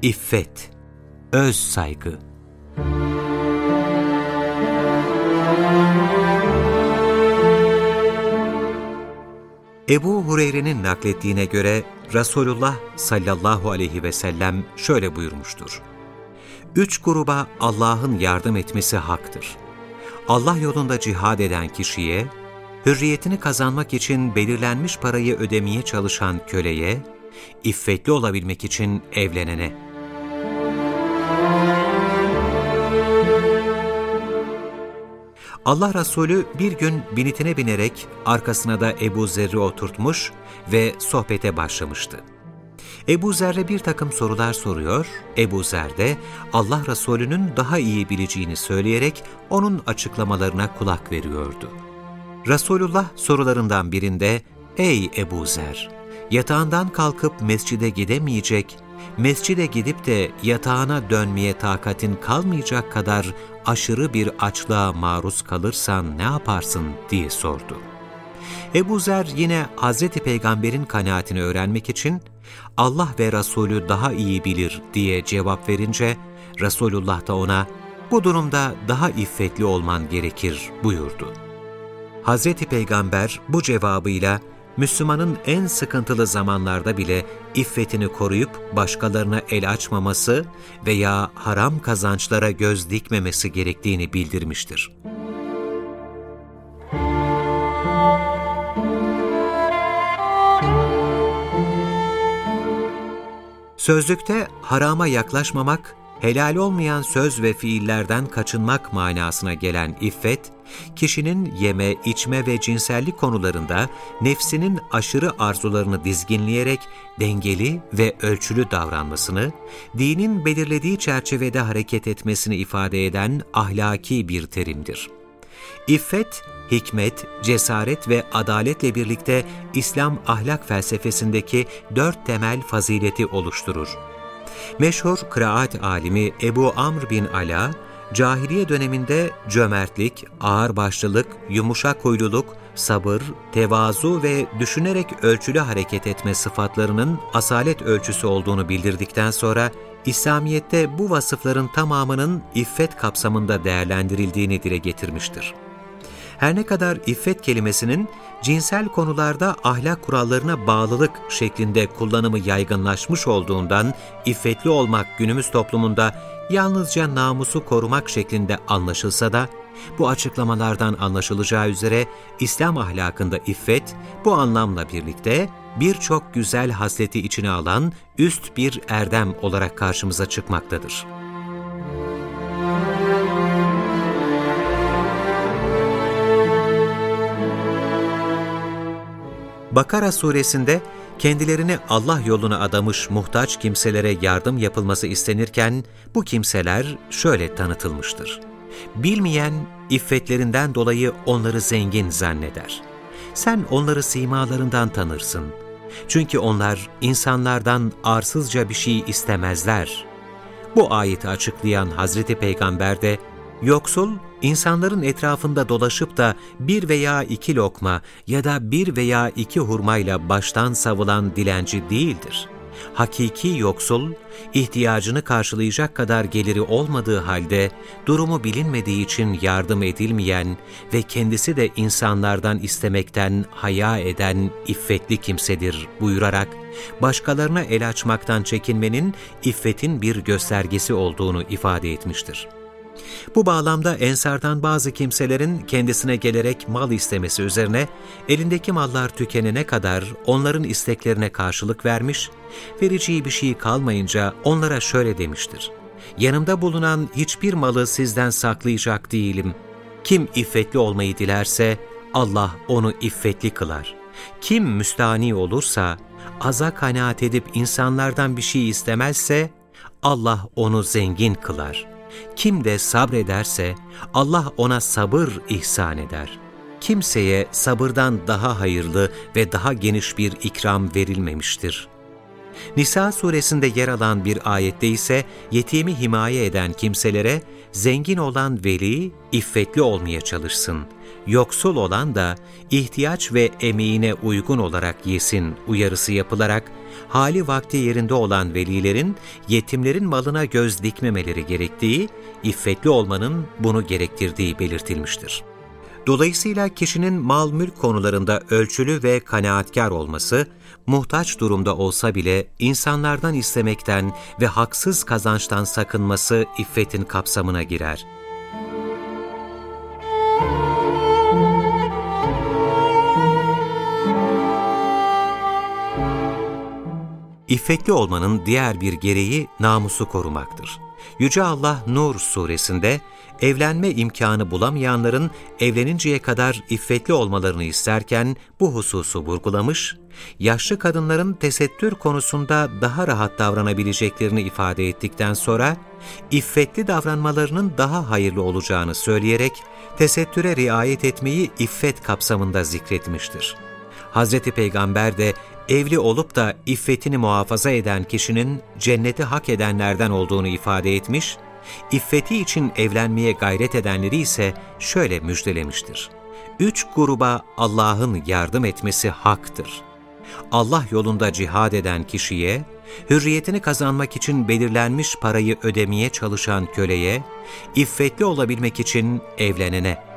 İffet, öz saygı. Ebu Hureyre'nin naklettiğine göre Resulullah sallallahu aleyhi ve sellem şöyle buyurmuştur: 3 gruba Allah'ın yardım etmesi haktır. Allah yolunda cihad eden kişiye, hürriyetini kazanmak için belirlenmiş parayı ödemeye çalışan köleye, iffetli olabilmek için evlenene. Allah Resulü bir gün binitine binerek arkasına da Ebu Zer'i oturtmuş ve sohbete başlamıştı. Ebu Zer'e bir takım sorular soruyor, Ebu Zer de Allah Resulü'nün daha iyi bileceğini söyleyerek onun açıklamalarına kulak veriyordu. Resulullah sorularından birinde, "Ey Ebu Zer, yatağından kalkıp mescide gidemeyecek, mescide gidip de yatağına dönmeye takatin kalmayacak kadar aşırı bir açlığa maruz kalırsan ne yaparsın?" diye sordu. Ebu Zer yine Hazreti Peygamber'in kanaatini öğrenmek için Allah ve Resulü daha iyi bilir diye cevap verince Resulullah da ona bu durumda daha iffetli olman gerekir buyurdu. Hazreti Peygamber bu cevabıyla Müslümanın en sıkıntılı zamanlarda bile iffetini koruyup başkalarına el açmaması veya haram kazançlara göz dikmemesi gerektiğini bildirmiştir. Sözlükte harama yaklaşmamak, helal olmayan söz ve fiillerden kaçınmak manasına gelen iffet, kişinin yeme, içme ve cinsellik konularında nefsinin aşırı arzularını dizginleyerek dengeli ve ölçülü davranmasını, dinin belirlediği çerçevede hareket etmesini ifade eden ahlaki bir terimdir. İffet, hikmet, cesaret ve adaletle birlikte İslam ahlak felsefesindeki 4 temel fazileti oluşturur. Meşhur kıraat alimi Ebu Amr bin Ala, cahiliye döneminde cömertlik, ağırbaşlılık, yumuşak huyluluk, sabır, tevazu ve düşünerek ölçülü hareket etme sıfatlarının asalet ölçüsü olduğunu bildirdikten sonra, İslamiyet'te bu vasıfların tamamının iffet kapsamında değerlendirildiğini dile getirmiştir. Her ne kadar iffet kelimesinin cinsel konularda ahlak kurallarına bağlılık şeklinde kullanımı yaygınlaşmış olduğundan iffetli olmak günümüz toplumunda yalnızca namusu korumak şeklinde anlaşılsa da, bu açıklamalardan anlaşılacağı üzere İslam ahlakında iffet bu anlamla birlikte birçok güzel hasleti içine alan üst bir erdem olarak karşımıza çıkmaktadır. Bakara suresinde kendilerini Allah yoluna adamış muhtaç kimselere yardım yapılması istenirken bu kimseler şöyle tanıtılmıştır: bilmeyen iffetlerinden dolayı onları zengin zanneder. Sen onları simalarından tanırsın. Çünkü onlar insanlardan arsızca bir şey istemezler. Bu ayeti açıklayan Hazreti Peygamber de, yoksul, insanların etrafında dolaşıp da 1 veya 2 lokma ya da 1 veya 2 hurmayla baştan savulan dilenci değildir. Hakiki yoksul, ihtiyacını karşılayacak kadar geliri olmadığı halde, durumu bilinmediği için yardım edilmeyen ve kendisi de insanlardan istemekten haya eden iffetli kimsedir buyurarak, başkalarına el açmaktan çekinmenin iffetin bir göstergesi olduğunu ifade etmiştir. Bu bağlamda Ensar'dan bazı kimselerin kendisine gelerek mal istemesi üzerine elindeki mallar tükenene kadar onların isteklerine karşılık vermiş, vereceği bir şey kalmayınca onlara şöyle demiştir: yanımda bulunan hiçbir malı sizden saklayacak değilim. Kim iffetli olmayı dilerse Allah onu iffetli kılar. Kim müstani olursa, aza kanaat edip insanlardan bir şey istemezse Allah onu zengin kılar. Kim de sabrederse Allah ona sabır ihsan eder. Kimseye sabırdan daha hayırlı ve daha geniş bir ikram verilmemiştir. Nisa suresinde yer alan bir ayette ise yetimi himaye eden kimselere zengin olan veli iffetli olmaya çalışsın. yoksul olan da ihtiyaç ve emeğine uygun olarak yesin uyarısı yapılarak, hali vakti yerinde olan velilerin yetimlerin malına göz dikmemeleri gerektiği, iffetli olmanın bunu gerektirdiği belirtilmiştir. Dolayısıyla kişinin mal mülk konularında ölçülü ve kanaatkar olması, muhtaç durumda olsa bile insanlardan istemekten ve haksız kazançtan sakınması iffetin kapsamına girer. İffetli olmanın diğer bir gereği namusu korumaktır. Yüce Allah Nur suresinde, evlenme imkanı bulamayanların evleninceye kadar iffetli olmalarını isterken bu hususu vurgulamış, yaşlı kadınların tesettür konusunda daha rahat davranabileceklerini ifade ettikten sonra, iffetli davranmalarının daha hayırlı olacağını söyleyerek, tesettüre riayet etmeyi iffet kapsamında zikretmiştir. Hazreti Peygamber de, evli olup da iffetini muhafaza eden kişinin cenneti hak edenlerden olduğunu ifade etmiş, iffeti için evlenmeye gayret edenleri ise şöyle müjdelemiştir. 3 gruba Allah'ın yardım etmesi haktır. Allah yolunda cihad eden kişiye, hürriyetini kazanmak için belirlenmiş parayı ödemeye çalışan köleye, iffetli olabilmek için evlenene.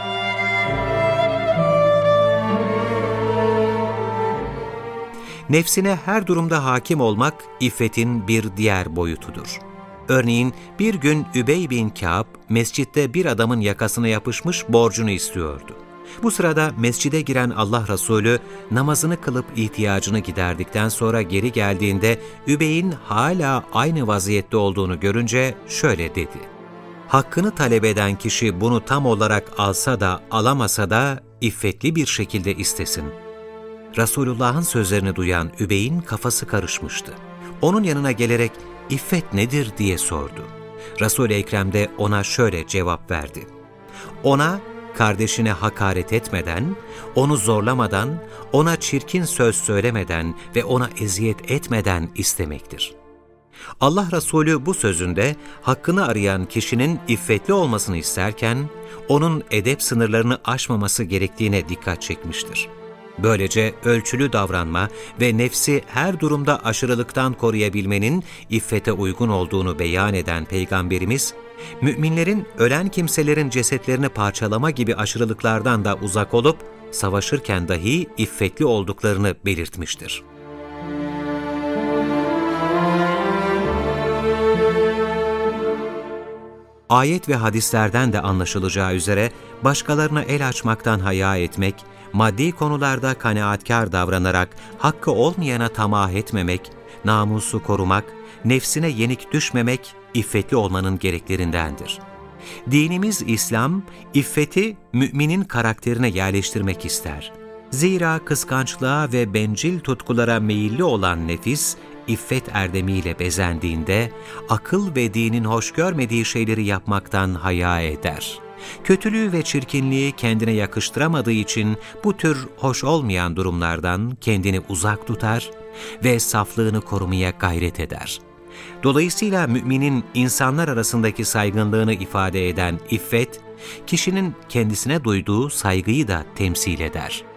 Nefsine her durumda hakim olmak, iffetin bir diğer boyutudur. Örneğin bir gün Übey bin Kâb, mescitte bir adamın yakasına yapışmış borcunu istiyordu. Bu sırada mescide giren Allah Resulü, namazını kılıp ihtiyacını giderdikten sonra geri geldiğinde, Übey'in hala aynı vaziyette olduğunu görünce şöyle dedi: "Hakkını talep eden kişi bunu tam olarak alsa da alamasa da iffetli bir şekilde istesin." Resulullah'ın sözlerini duyan Übey'in kafası karışmıştı. Onun yanına gelerek, "İffet nedir?" diye sordu. Resul-i Ekrem de ona şöyle cevap verdi: "Ona, kardeşine hakaret etmeden, onu zorlamadan, ona çirkin söz söylemeden ve ona eziyet etmeden istemektir." Allah Resulü bu sözünde hakkını arayan kişinin iffetli olmasını isterken, onun edep sınırlarını aşmaması gerektiğine dikkat çekmiştir. Böylece ölçülü davranma ve nefsi her durumda aşırılıktan koruyabilmenin iffete uygun olduğunu beyan eden Peygamberimiz, müminlerin ölen kimselerin cesetlerini parçalama gibi aşırılıklardan da uzak olup, savaşırken dahi iffetli olduklarını belirtmiştir. Ayet ve hadislerden de anlaşılacağı üzere, başkalarına el açmaktan haya etmek, maddi konularda kanaatkar davranarak hakkı olmayana tamah etmemek, namusu korumak, nefsine yenik düşmemek, iffetli olmanın gereklerindendir. Dinimiz İslam, iffeti müminin karakterine yerleştirmek ister. Zira kıskançlığa ve bencil tutkulara meyilli olan nefis, iffet erdemiyle bezendiğinde, akıl ve dinin hoş görmediği şeyleri yapmaktan haya eder. Kötülüğü ve çirkinliği kendine yakıştıramadığı için bu tür hoş olmayan durumlardan kendini uzak tutar ve saflığını korumaya gayret eder. Dolayısıyla müminin insanlar arasındaki saygınlığını ifade eden iffet, kişinin kendisine duyduğu saygıyı da temsil eder.